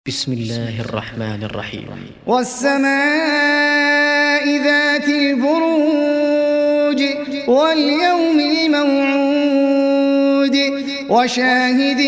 بسم الله الرحمن الرحيم. والسماء ذات البروج واليوم الموعود وشاهد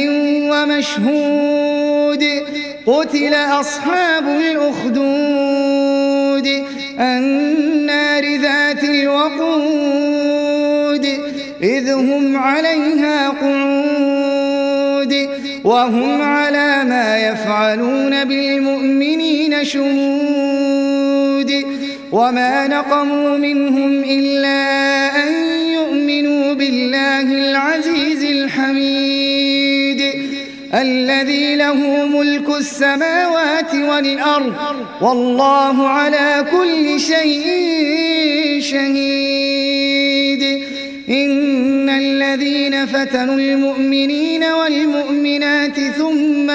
ومشهود قتل أصحاب الأخدود النار ذات الوقود إذ هم عليها قعود وهم على ما يفعلون بالمؤمنين شهود وما نقموا منهم إلا أن يؤمنوا بالله العزيز الحميد الذي له ملك السماوات والأرض والله على كل شيء شهيد. إن الذين فتنوا المؤمنين والمؤمنات ثم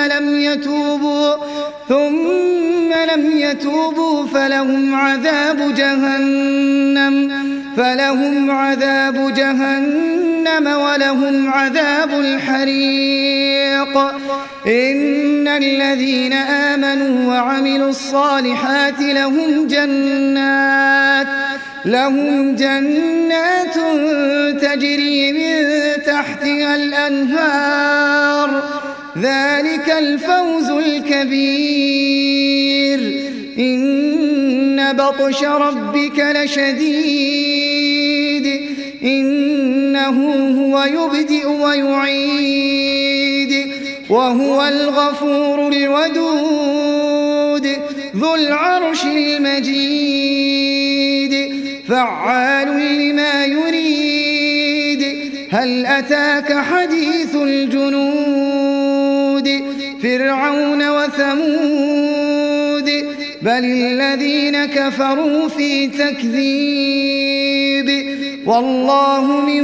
لم يتوبوا فلهم عذاب جهنم ولهم عذاب الحريق. إن الذين آمنوا وعملوا الصالحات لهم جنات تجري من تحتها الأنهار ذلك الفوز الكبير. إن بطش ربك لشديد إنه هو يبدئ ويعيد وهو الغفور الودود ذو العرش المجيد فعال لما يريد. هل أتاك حديث الجنود فرعون وثمود بل الذين كفروا في تكذيب والله من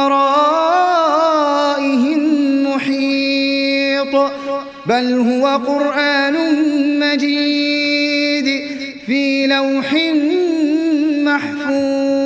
ورائهم محيط. بل هو قرآن مجيد في لوح محفوظ.